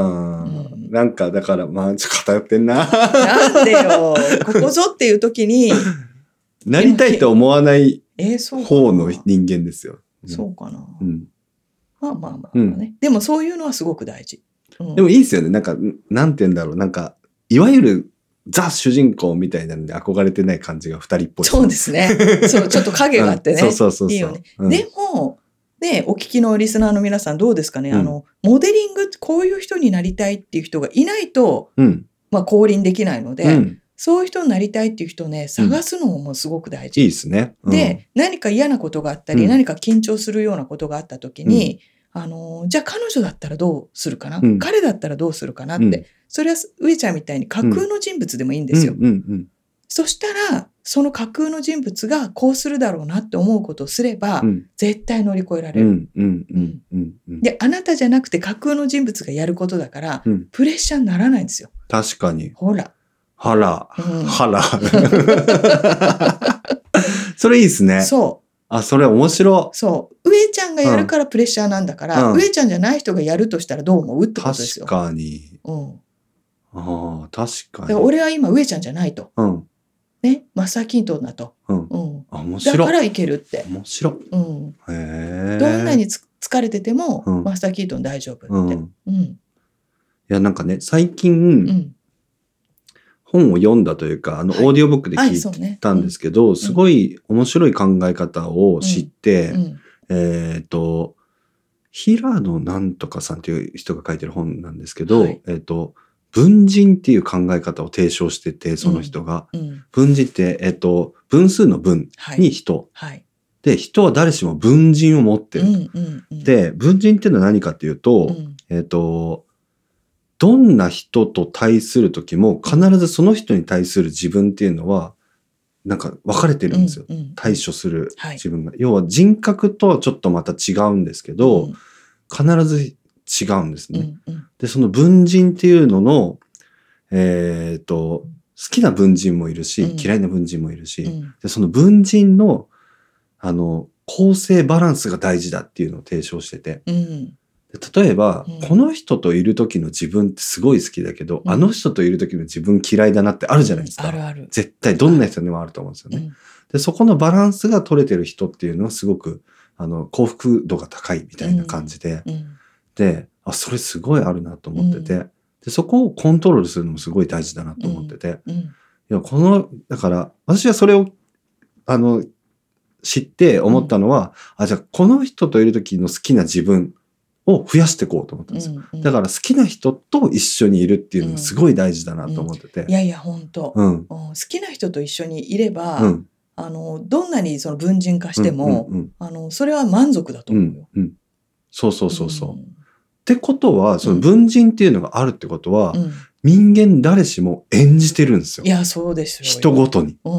なんか、だから、まあ、ちょっと偏ってんな。 なんでよ。ここぞっていう時に。 なりたいと思わない方の人間ですよ。 そうかな。うん、まあまあまあ、ねうん、でもそういうのはすごく大事。 うん、でもいいですよね。なんか、なんて言うんだろう。なんか、いわゆる、ザ主人公みたいなので憧れてない感じが二人っぽい。 そうですね。そう、ちょっと影があってね。 うん、そうそうそうそう。 いいよね。うん、でも、 で、お聞きのリスナーの皆さんどうですかね、うん、あの、モデリング、こういう人になりたいっていう人がいないと、うん、まあ、降臨できないので、うん、そういう人になりたいっていう人をね、探すのもすごく大事。 うん、いいですね。 うん、で、何か嫌なことがあったり、うん、何か緊張するようなことがあった時に、うん、あの、じゃあ彼女だったらどうするかな、うん、彼だったらどうするかなって、うん、それは上ちゃんみたいに架空の人物でもいいんですよ。 うんうんうんうん、そしたら、その架空の人物がこうするだろうなって思うことをすれば、うん、絶対乗り越えられる。で、あなたじゃなくて架空の人物がやることだから、うん、プレッシャーにならないんですよ。 確かに。 ほら。 はら。うん、はら。それいいですね。 そう。 あ、それ面白い。 そう。上ちゃんがやるからプレッシャーなんだから、うん、上ちゃんじゃない人がやるとしたらどう思うってことですよ。 確かに。 うん。 ああ、確かに。 だから俺は今上ちゃんじゃないと。 うん。 ね、マスター・キントンだと。 うん。うん、あ、面白い。 だからいけるって。 面白い。 うん。 へえ。 どんなにつ疲れてても、うん、マスター・キントン大丈夫って。うん。うん、いや、なんかね、最近、うん、本を読んだというか、あの、はい、オーディオブックで聞いたんですけど、はいはい、すごい面白い考え方を知って、うんうん、えっと、平野なんとかさんという人が書いてる本なんですけど、はい、えっと、分人っていう考え方を提唱してて、その人が。うんうん、分人って、えっと、分数の分に人。はいはい、で、人は誰しも分人を持ってる、うんうんうん。で、分人っていうのは何かっていうと、うん、えっと、どんな人と対するときも必ずその人に対する自分っていうのは、なんか分かれてるんですよ。うんうん、対処する自分が、はい。要は人格とはちょっとまた違うんですけど、うん、必ず違うんですね。うんうん、で、その分人っていうのの、えっと、好きな分人もいるし、うん、嫌いな分人もいるし、うん、で、その分人の、あの、構成バランスが大事だっていうのを提唱してて。うん、で例えば、うん、この人といる時の自分ってすごい好きだけど、うん、あの人といる時の自分嫌いだなってあるじゃないですか。うん、あるある。絶対どんな人にもあると思うんですよね。うん、で、そこのバランスが取れてる人っていうのはすごく、あの、幸福度が高いみたいな感じで、うんうん、で、あ、それすごいあるなと思ってて、うん、で、そこをコントロールするのもすごい大事だなと思ってて、うんうん、いや、この、だから、私はそれを、あの、知って思ったのは、うん、あ、じゃあこの人といる時の好きな自分を増やしていこうと思ったんですよ、うんうん。だから好きな人と一緒にいるっていうのがすごい大事だなと思ってて。うんうん、 いやいや、本当、うん、好きな人と一緒にいれば、うん、あの、どんなにその分人化しても、うんうんうん、あの、それは満足だと思うよ。うんうん、そうそうそうそう。うん、ってことは、その分人っていうのがあるってことは、うん、人間誰しも演じてるんですよ。 いや、そうですよ。 人ごとに。うん、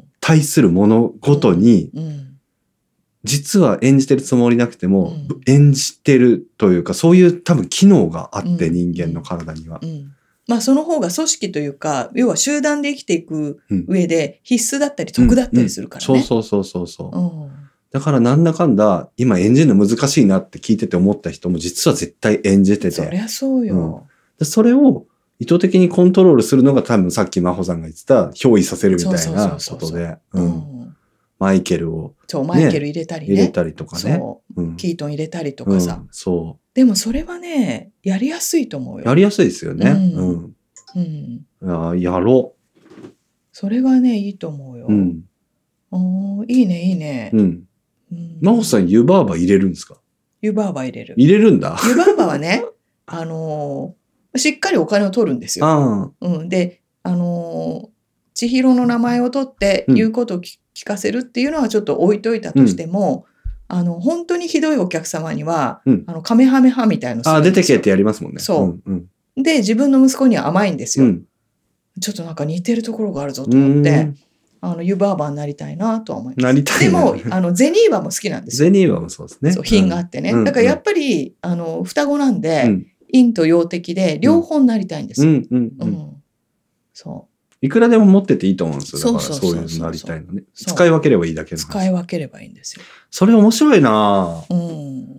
対するものごとに、うんうん、実は演じてるつもりなくても、うん、演じてるというか、そういう多分機能があって、うん、人間の体には。うんうん、 まあその方が組織というか、要は集団で生きていく上で必須だったり得だったりするからね。うんうん、 そうそうそうそうそう、うん。だからなんだかんだ、今演じるの難しいなって聞いてて思った人も実は絶対演じてて。 そりゃそうよ。 うん、でそれを意図的にコントロールするのが多分さっき真帆さんが言ってた憑依させるみたいなことで。マイケルを、ね。 そう、マイケル入れたりね。 入れたりとかね。 そう。うん、キートン入れたりとかさ、 うん。そう。 でもそれはね、やりやすいと思うよ。 やりやすいですよね。うん。 うんうん、や, やろう。 それはね、いいと思うよ。うん。おいいね、いいね。 うん。真帆さん、湯婆婆入れるんですか？ 湯婆婆入れる。 入れるんだ。 湯婆婆はね、あのー、しっかりお金を取るんですよ。あうん、で、あのー、千尋の名前を取って言うことを聞かせるっていうのはちょっと置いといたとしても、うん、あの、本当にひどいお客様には、うん、あの、カメハメハみたいのするんですよ。 あ、出てけってやりますもんね。 そう。うんうん、で、自分の息子には甘いんですよ。うん、ちょっとなんか似てるところがあるぞと思って、あの、湯婆婆になりたいなとは思います。 なりたい。 でも、あの、ゼニーバも好きなんですよ。 ゼニーバもそうですね。 そう、品があってね。うん、だからやっぱり、あの、双子なんで、うん、陰と陽的で、両方になりたいんですよ。うんうんうんうん、そう。 いくらでも持ってていいと思うんですよ。だからそういうのなりたいのね。使い分ければいいだけの話。 使い分ければいいんですよ。 それ面白いなぁ。うん。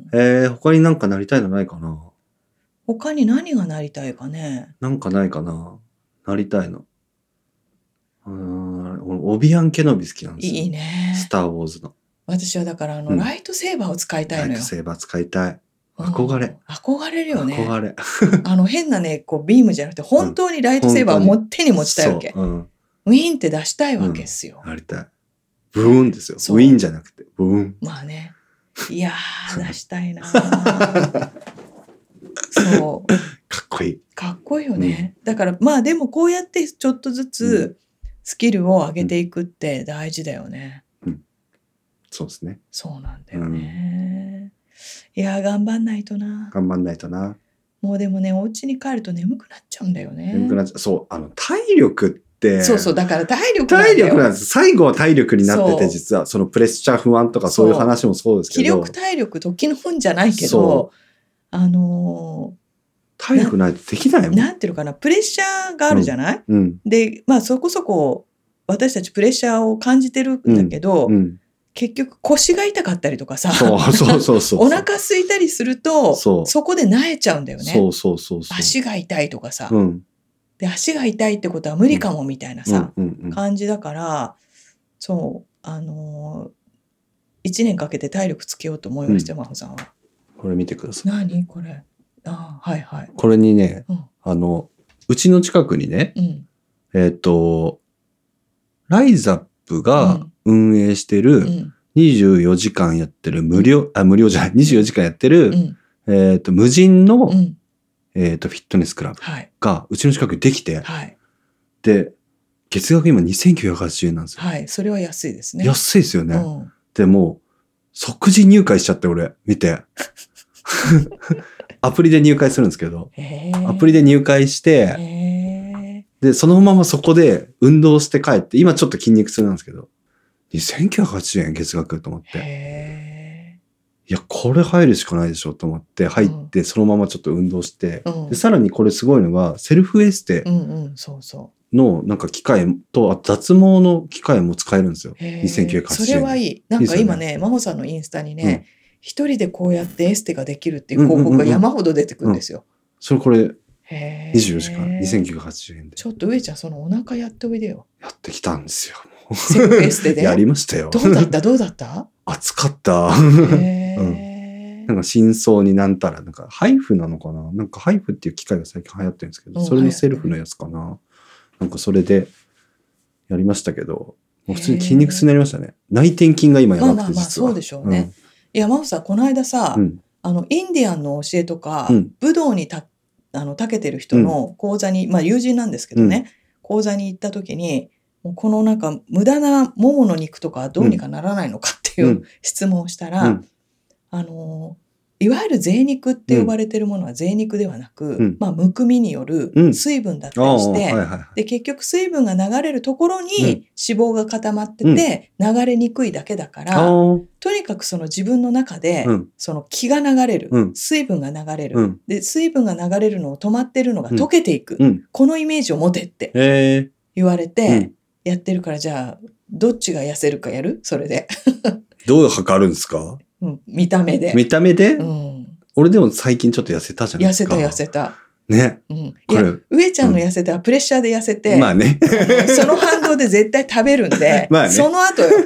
えー、他になんかなりたいのないかな？ 他に何がなりたいかね？ なんかないかな？なりたいの。うん、オビアン・ケノビ好きなんですよ。 いいね。 スター・ウォーズの。 私はだからあの、うん、ライトセーバーを使いたいのよ。 ライトセーバー使いたい。憧れ。 うん、憧れるよね。 憧れ。 あの変なね、こうビームじゃなくて、本当にライトセーバーをも手に持ちたいわけ。うん、ウィーンって出したいわけですよ。 うん、なりたい。ブーンですよ。ウィーンじゃなくて、ブーン。 まあね。 いやー出したいなそうかっこいいかっこいいよね、うん、だからまあでもこうやってちょっとずつスキルを上げていくって大事だよね、 うんうん、そうですねそうなんだよね、うん、いや頑張んないとな頑張んないとなもうでもねお家に帰ると眠くなっちゃうんだよね眠くなっちゃうそうあの体力ってそうそうだから体力なんだよ体力なんです最後は体力になってて実はそのプレッシャー不安とかそういう話もそうですけど気力体力時の本じゃないけどあのー体力ないとできないもん。 なんていうのかな、プレッシャーがあるじゃない、 うんうん、 で、まあそこそこ私たちプレッシャーを感じてるんだけど、うんうん、結局腰が痛かったりとかさ、 そうそうそうそうお腹空いたりすると、そ, そこで萎えちゃうんだよね。 そうそうそうそう足が痛いとかさ、 うん、 で、足が痛いってことは無理かもみたいなさ、うんうんうん、感じだから、そう、あのー、いちねんかけて体力つけようと思いましたよ、真帆さんは。 これ見てください。 何これ。あはいはい。 これにね、うん、あの、うちの近くにね、うん、えっと、ライザップが運営してるにじゅうよじかんやってる無料、うん、あ、無料じゃない、にじゅうよじかんやってる、うん、えっと、無人の、うん、えっと、フィットネスクラブがうちの近くにできて、はい、で、月額今にせんきゅうひゃくはちじゅうえんなんですよ。 はい、それは安いですね。 安いですよね。うん、でも、即時入会しちゃって、俺、見て。アプリで入会するんですけど、アプリで入会して、で、そのままそこで運動して帰って、今ちょっと筋肉痛なんですけど、にせんきゅうひゃくはちじゅうえん月額と思って。いや、これ入るしかないでしょと思って、入って、そのままちょっと運動して、うん、でさらにこれすごいのが、セルフエステのなんか機械と、あと脱毛の機械も使えるんですよ。にせんきゅうひゃくはちじゅうえん。 それはいい。なんか今ね、真帆さんのインスタにね、うん一人でこうやってエステができるっていう広告が山ほど出てくるんですよ。うんうんうんうん、 それこれ、にじゅうよじかん、にせんきゅうひゃくはちじゅうえんで。 ちょっと上ちゃん、そのお腹やっておいでよ。 やってきたんですよ。 セルフエステで。 やりましたよ。 どうだったどうだった暑かった。へうん、なんか深層になんたら、なんかハイフなのかななんかハイフっていう機械が最近流行ってるんですけど、うん、それのセルフのやつかな、なんかそれでやりましたけど、もう普通に筋肉痛になりましたね。内転筋が今やばくて実は。まあまあまあ、 そうでしょうね。うんいや、真帆さん、この間さ、うん、あの、インディアンの教えとか、うん、武道にた、あの、長けてる人の講座に、うん、まあ、友人なんですけどね、うん、講座に行った時に、もうこのなんか、無駄なももの肉とかどうにかならないのかっていう、うん、質問をしたら、うん、あの、いわゆる贅肉って呼ばれてるものは贅肉ではなく、うん、まあ、むくみによる水分だったりして、うんはいはい、で、結局水分が流れるところに脂肪が固まってて、流れにくいだけだから、うん、とにかくその自分の中で、うん、その気が流れる、うん、水分が流れる、うん、で、水分が流れるのを止まってるのが溶けていく、うん、このイメージを持てって言われて、やってるから、じゃあ、どっちが痩せるかやるそれで。 どう測るんですかうん、見た目で。 見た目で、うん、俺でも最近ちょっと痩せたじゃないですか。 痩せた痩せた。 ね。 うん、いや、上ちゃんの痩せたはプレッシャーで痩せて、 うん、まあね。 その反動で絶対食べるんで、まあね、その後よ。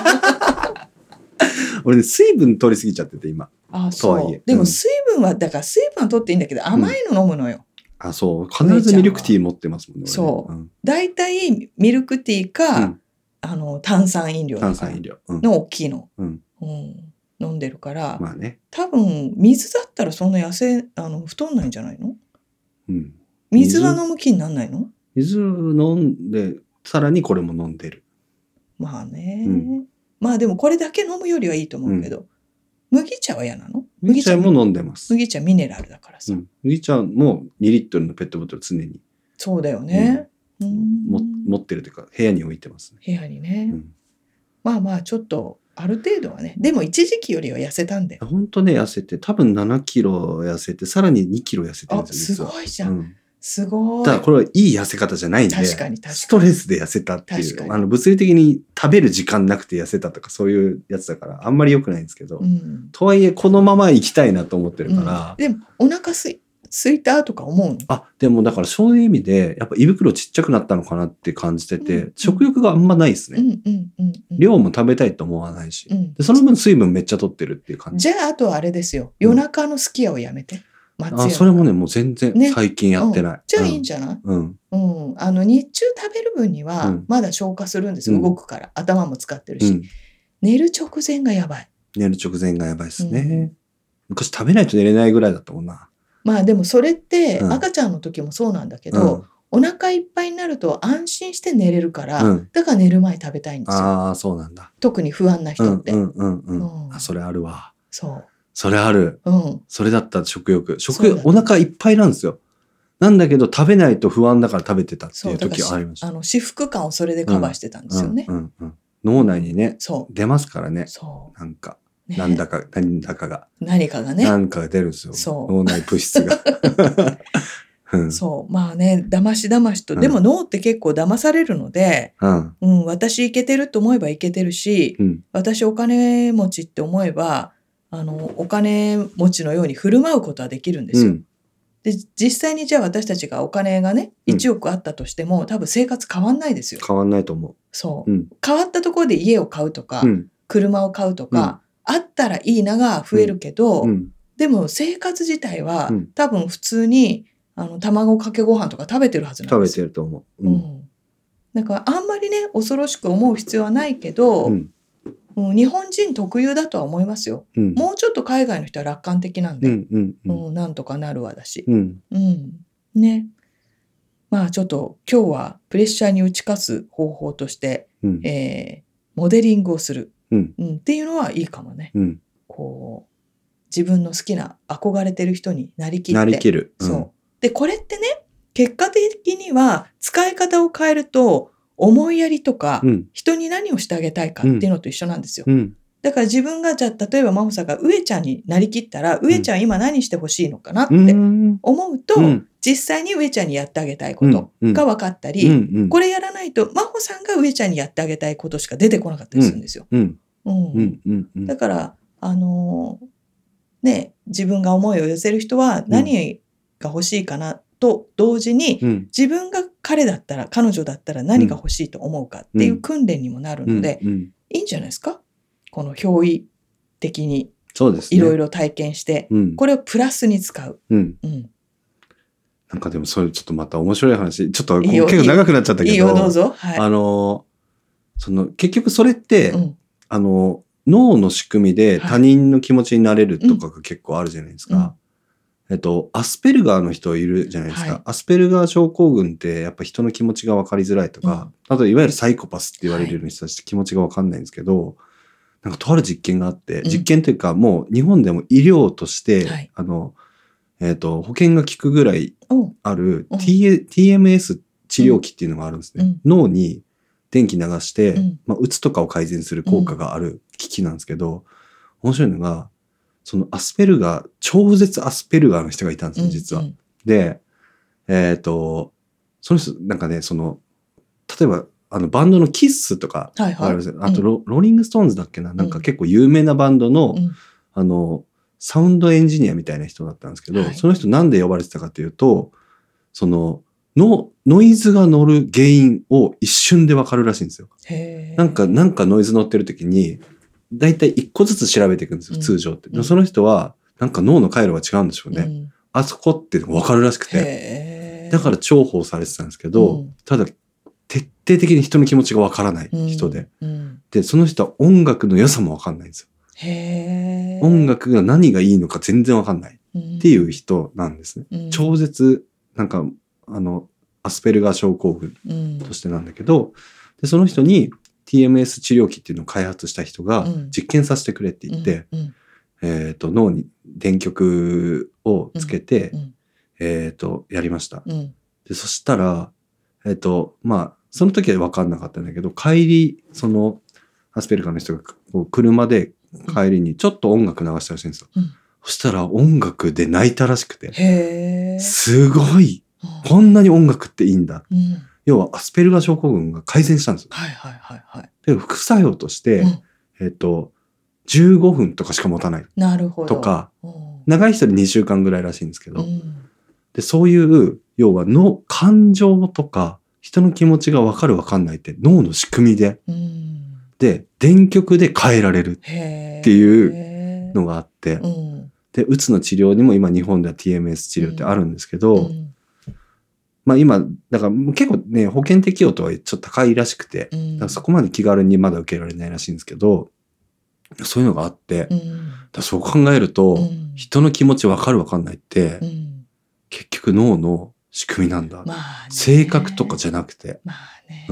俺ね、水分取りすぎちゃってて、今。 ああ、そう。とはいえでも水分は、だから水分は取っていいんだけど、甘いの飲むのよ。 うん、あ、そう。必ずミルクティー持ってますもんね。 そう。大体、うん、ミルクティーか、うん、あの、炭酸飲料。 炭酸飲料。 の大きいの。うんうん飲んでるから、まあね、多分水だったらそんな痩せあの太んないんじゃないの、うん、水は飲む気になんないの水飲んでさらにこれも飲んでるまあね、うん、まあでもこれだけ飲むよりはいいと思うけど、うん、麦茶は嫌なの麦茶も飲んでます麦茶ミネラルだからさ、うん、 麦茶もにリットルのペットボトル常にそうだよね、 うん、も持ってるというか部屋に置いてますね部屋にね、うん、まあまあちょっとある程度はね。でも一時期よりは痩せたんだよ。 ほんとね、痩せて、多分ななキロ痩せて、さらににキロ痩せてるんですよ、 実は。すごいじゃん。うん、すごい。 ただこれはいい痩せ方じゃないんで、 確かに確かにストレスで痩せたっていう。あの物理的に食べる時間なくて痩せたとかそういうやつだから、あんまり良くないんですけど、うん、とはいえこのまま行きたいなと思ってるから。 うん、でもお腹すい、すいたとか思うの？ あ、でもだからそういう意味で、やっぱ胃袋ちっちゃくなったのかなって感じてて、うんうん、食欲があんまないですね、うんうんうんうん。量も食べたいと思わないし、うん、でその分水分めっちゃ取ってるっていう感じ。 じゃああとはあれですよ。夜中のすき家をやめて。 うん、あ、それもね、もう全然最近やってない。ねうん、 じゃあいいんじゃない？うん。うん。あの日中食べる分にはまだ消化するんですよ。うん、動くから。頭も使ってるし。うん、寝る直前がやばい。 寝る直前がやばいですね、うん、昔食べないと寝れないぐらいだったもんな。 まあでもそれって赤ちゃんの時もそうなんだけど、うん、お腹いっぱいになると安心して寝れるから、うん、だから寝る前食べたいんですよ。 ああそうなんだ。 特に不安な人って。 うんうんうんうん。うん、あそれあるわ。 そう。 それある。 うん。 それだったら食欲。食欲、お腹いっぱいなんですよ。なんだけど食べないと不安だから食べてたっていう時はありました。 あの至福感をそれでカバーしてたんですよね。 うんうんうんうん、脳内にね、出ますからね。そうなんか、ね、なんだか何だかが何かがねなんかが出るんですよ。そう脳内物質が。うん、 そうまあねだましだましと、うん、でも脳って結構騙されるので、うんうん、私イケてると思えばイケてるし、うん、私お金持ちって思えばあのお金持ちのように振る舞うことはできるんですよ。うんで実際にじゃあ私たちがお金がねいちおくあったとしても、うん、多分生活変わんないですよ。 変わんないと思う。 そう、うん、変わったところで家を買うとか、うん、車を買うとか、うん、あったらいいなが増えるけど、うん、でも生活自体は、うん、多分普通にあの卵かけご飯とか食べてるはずなんですよ。 食べてると思う。 うんうん、だからあんまりね恐ろしく思う必要はないけど、うんうん、日本人特有だとは思いますよ、うん、もうちょっと海外の人は楽観的なんで、うんうんうんうん、なんとかなるわだし、うんうん、ねまあちょっと今日はプレッシャーに打ち勝つ方法として、うんえー、モデリングをする、うんうん、っていうのはいいかもね、うん、こう自分の好きな憧れてる人になりきってなりきる、 うん、そうでこれってね結果的には使い方を変えると思いやりとか、うん、人に何をしてあげたいかっていうのと一緒なんですよ。うん、だから自分がじゃあ例えば真帆さんが上ちゃんになりきったら、うん、上ちゃん今何してほしいのかなって思うと、うん、実際に上ちゃんにやってあげたいことが分かったり、うんうん、これやらないと真帆さんが上ちゃんにやってあげたいことしか出てこなかったりするんですよ。だからあのー、ね自分が思いを寄せる人は何が欲しいかなと同時に、うん、自分が彼だったら彼女だったら何が欲しいと思うかっていう訓練にもなるので、うんうん、いいんじゃないですかこの憑依的にいろいろ体験して、ね、これをプラスに使う、うんうん、 なんかでもそれちょっとまた面白い話ちょっと結構長くなっちゃったけどいいよどうぞ、はい、あのその結局それって、うん、あの脳の仕組みで他人の気持ちになれるとかが結構あるじゃないですか、はいうんえっと、アスペルガーの人いるじゃないですか、はい、アスペルガー症候群ってやっぱ人の気持ちが分かりづらいとか、うん、あといわゆるサイコパスって言われるような人たちって気持ちが分かんないんですけど、はい、なんかとある実験があって、うん、実験というかもう日本でも医療として、はい、あの、えっと、保険が効くぐらいある T- ティーエムエス 治療器っていうのがあるんですね。うん、脳に電気流して、うんまあ、うつとかを改善する効果がある機器なんですけど、面白いのが、そのアスペルガー、超絶アスペルガーの人がいたんですよ、実は。うんうん、で、えっと、その人、なんかね、その、例えば、あの、バンドのキッスとか、はいはい、あとロ、うん、ローリングストーンズだっけな、なんか結構有名なバンドの、うん、あの、サウンドエンジニアみたいな人だったんですけど、はい、その人なんで呼ばれてたかというと、その、の、ノイズが乗る原因を一瞬でわかるらしいんですよ。へー。なんか、なんかノイズ乗ってる時に、だいたい一個ずつ調べていくんですよ、通常って。うん、その人は、なんか脳の回路が違うんでしょうね。うん、あそこって分かるらしくて。だから重宝されてたんですけど、うん、ただ、徹底的に人の気持ちが分からない人で、うんうん。で、その人は音楽の良さも分かんないんですよ。へー。音楽が何がいいのか全然分かんないっていう人なんですね。うん、超絶、なんか、あの、アスペルガー症候群としてなんだけど、でその人に、ティーエムエス 治療器っていうのを開発した人が実験させてくれって言って、うんうんえー、と脳に電極をつけて、うんえー、とやりました。うん、でそしたら、えーとまあ、その時は分かんなかったんだけど帰りそのアスペルガーの人がこう車で帰りにちょっと音楽流したらしいんですよ。うん、そしたら音楽で泣いたらしくてへーすごいこんなに音楽っていいんだ。うん要はアスペルガー症候群が改善したんですよ。はいはいはいはい。で副作用として、うん、えっとじゅうごふんとかしか持たない。なるほど。とか、うん、長い人でにしゅうかんぐらいらしいんですけど、うん、でそういう要はの感情とか人の気持ちが分かる分かんないって脳の仕組みで、うん、で電極で変えられるっていうのがあって、うん、でうつの治療にも今日本では ティーエムエス 治療ってあるんですけど。うんまあ今、だから結構ね、保険適用とはちょっと高いらしくて、うん、だからそこまで気軽にまだ受けられないらしいんですけど、 そういうのがあって、うん、だそう考えると、うん、人の気持ち分かる分かんないって、うん、結局脳の仕組みなんだ、まあ、性格とかじゃなくて、まあね、うん、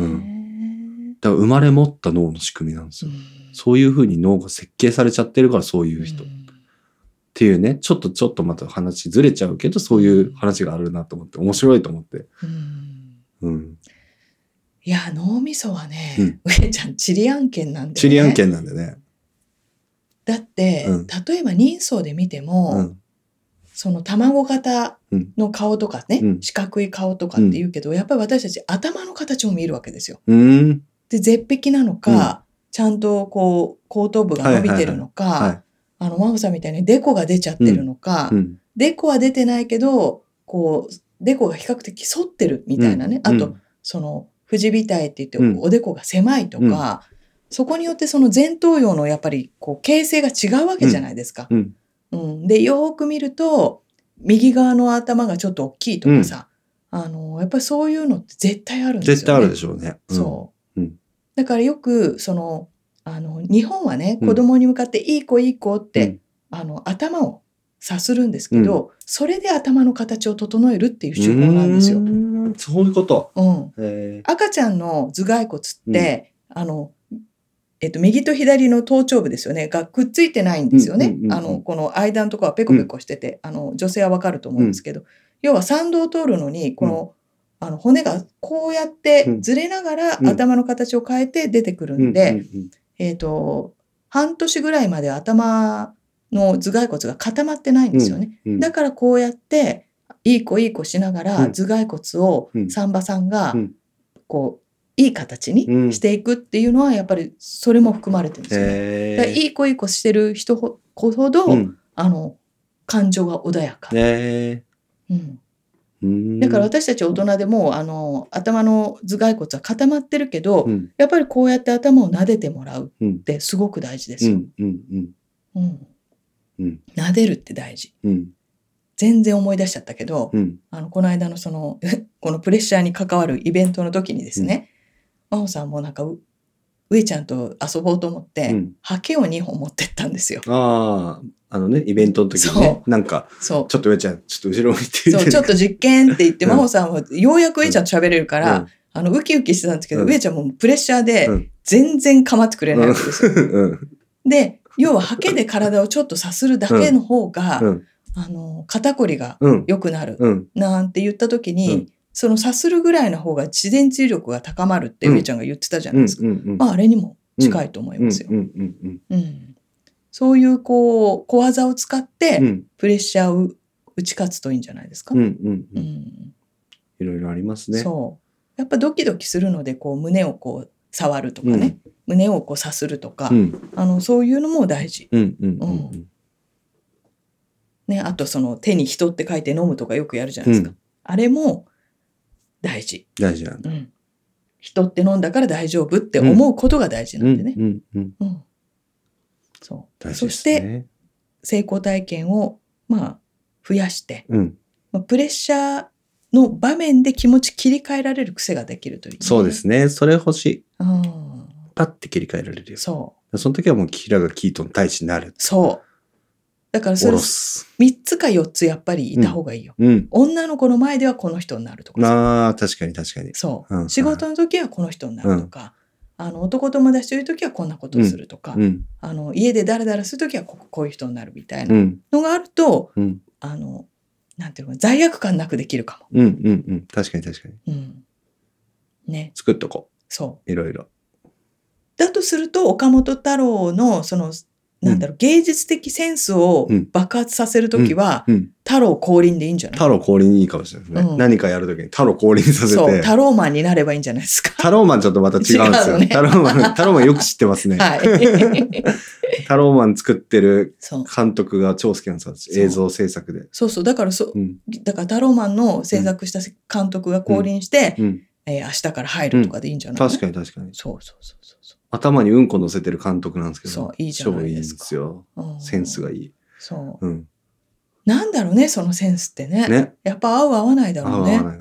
だから生まれ持った脳の仕組みなんですよ、うん、そういうふうに脳が設計されちゃってるからそういう人、うん、っていうね、ちょっとちょっとまた話ずれちゃうけど、そういう話があるなと思って面白いと思って、うんうん、いや脳みそはね、うん、上ちゃんチリ案件なんでね、 チリ案件なんでね、 だって、うん、例えば人相で見ても、うん、その卵型の顔とかね、うん、四角い顔とかって言うけど、やっぱり私たち頭の形も見るわけですよ。うん、で絶壁なのか、ちゃんとこう後頭部が伸びてるのか、はいはいはい、あの真帆さんみたいにデコが出ちゃってるのか、デコは出てないけどこうデコが比較的反ってるみたいなね、あとその富士鼻体って言っておでこが狭いとか、そこによってその前頭葉のやっぱりこう形成が違うわけじゃないですか。うんうん、でよーく見ると右側の頭がちょっと大きいとかさ、うん、あのやっぱりそういうのって絶対あるんですよね。 絶対あるでしょうね。 うん、そう、うん、だからよくそのあの日本はね、子供に向かっていい子いい子って、うん、あの頭をさするんですけど、うん、それで頭の形を整えるっていう手法なんですよ。うーん、そういうこと。 うん、へー、赤ちゃんの頭蓋骨って、うん、あのえっと、右と左の頭頂部ですよねがくっついてないんですよね。うんうんうんうん、あのこの間のところはペコペコしてて、うん、あの女性はわかると思うんですけど、うん、要は参道を通るのにこの、うん、あの骨がこうやってずれながら頭の形を変えて出てくるんで、うんうんうん、えっと半年ぐらいまで頭の頭蓋骨が固まってないんですよね。うんうん、だからこうやっていい子いい子しながら、うん、頭蓋骨を産婆さんがこういい形にしていくっていうのはやっぱりそれも含まれてるんですよね。だからいい子いい子してる人ほど、うん、あの感情が穏やか、うんうん、だから私たち大人でもあの頭の頭蓋骨は固まってるけど、うん、やっぱりこうやって頭を撫でてもらうってすごく大事ですよ。撫でるって大事、うん、全然思い出しちゃったけど、うん、あのこの間のそのこのプレッシャーに関わるイベントの時にですね、真帆さんもなんか上ちゃんと遊ぼうと思って、うん、ハケをにほん持ってったんですよ。 ああ、あのねイベントの時にね、なんかそうちょっと上ちゃんちょっと後ろ向いてそうちょっと実験って言って、うん、真帆さんはようやく上ちゃんと喋れるから、うん、あのウキウキしてたんですけど、うん、上ちゃんもプレッシャーで全然構ってくれないわけですよ。うん、で要はハケで体をちょっとさするだけの方が、うん、あの肩こりが良くなる、うん、なんて言った時に、うん、そのさするぐらいの方が自然治癒力が高まるって上ちゃんが言ってたじゃないですか。まああれにも近いと思いますよ。そういうこう小技を使ってプレッシャーを打ち勝つといいんじゃないですか。いろいろありますね。 そうやっぱドキドキするのでこう胸をこう触るとかね、うん、胸をこうさするとか、うん、あのそういうのも大事。ね、あとその手に人って書いて飲むとかよくやるじゃないですか。うん、あれも大事。 大事なんだ、うん。 人って飲んだから大丈夫って思うことが大事なんでね。そう。そして成功体験をまあ増やして、うん、まあ、プレッシャーの場面で気持ち切り替えられる癖ができるという、ね。 そうですね。それ欲しい。うん、パッて切り替えられるよ。そう。その時はもうキラがキートの大使になる。 そう。だからそれみっつかよっつやっぱりいた方がいいよ。うんうん、女の子の前ではこの人になるとか。 ああ、確かに確かに。 そう。うん、仕事の時はこの人になるとか、うん、あの男友達という時はこんなことをするとか、うん、あの家でダラダラする時はここういう人になるみたいなのがあると、うん、あのなんていうの罪悪感なくできるかも。 うんうんうん。確かに確かに。うん、ね。作っとこう。そう。いろいろ。 だとすると岡本太郎のそのなんだろう、うん、芸術的センスを爆発させるときは、うんうん、太郎降臨でいいんじゃない？ 太郎降臨いいかもしれないですね。うん、何かやるときに太郎降臨させて。そう、 太郎マンになればいいんじゃないですか。 太郎マンちょっとまた違うんですよ。ね、太郎マン、太郎マンよく知ってますね。はい。太郎マン作ってる監督が超好きなんですよ。映像制作で。 そうそう、だからそ、うん、だから太郎マンの制作した監督が降臨して、うんうんえー、明日から入るとかでいいんじゃない、 うん、確かに確かに。 そうそうそうそう。 頭にうんこ乗せてる監督なんですけど。 そう、いいじゃないですか。 超いいんですよ。センスがいい。 そう。うん。なんだろうね、そのセンスってね。ね。やっぱ合う合わないだろうね。合う合わないがある。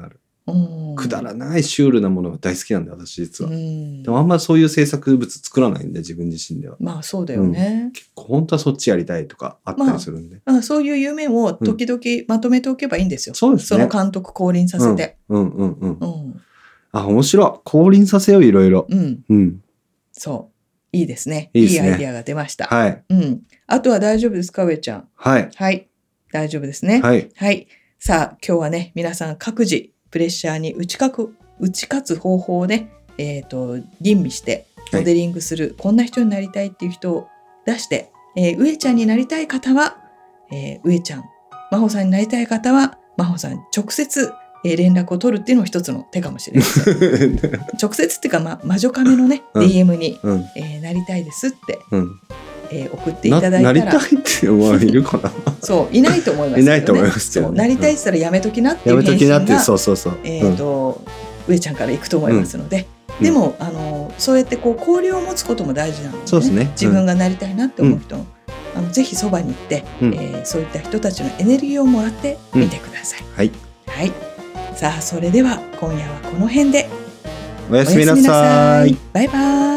くだらないシュールなものが大好きなんで私実は。でもあんまそういう制作物作らないんで自分自身では。 まあそうだよね。 うん、結構本当はそっちやりたいとかあったりするんで。 まあ、まあ、そういう夢を時々まとめておけばいいんですよ。 うん、そうですね。 その監督降臨させて。 うんうんうんうん。うん、あ、面白い。降臨させよういろいろ。 うん。 うん。 そう。いいですね。いいですね。いいアイディアが出ました。 はい。 うん。あとは大丈夫ですか、上ちゃん。 はい。 はい。大丈夫ですね。 はい。 はい。さあ、今日はね、皆さん各自プレッシャーに打ち勝つ、打ち勝つ方法をね、えっと、吟味してモデリングする、はい、こんな人になりたいっていう人を出して、えー、上ちゃんになりたい方は、えー、上ちゃん、真帆さんになりたい方は、真帆さん直接、えー、連絡を取るっていうのも一つの手かもしれません。直接っていうか、ま、魔女カメのね、うん、ディーエム に、うん、えー、なりたいですって、うんえー、送っていただいたらな, なりたいって思われるかなそういないと思いますけどね。 いないと思いますけど、ね、 なりたいって言ったらやめときなっていう返信がそうそうそう、えーとうん、上ちゃんから行くと思いますので、うん、でもあのそうやってこう交流を持つことも大事なので、ね、 そうですね、 自分がなりたいなって思う人、うん、あのぜひそばに行って、うんえー、そういった人たちのエネルギーをもらってみてください、うん、はい、はい、さあそれでは今夜はこの辺でおやすみなさい。 バイバイ。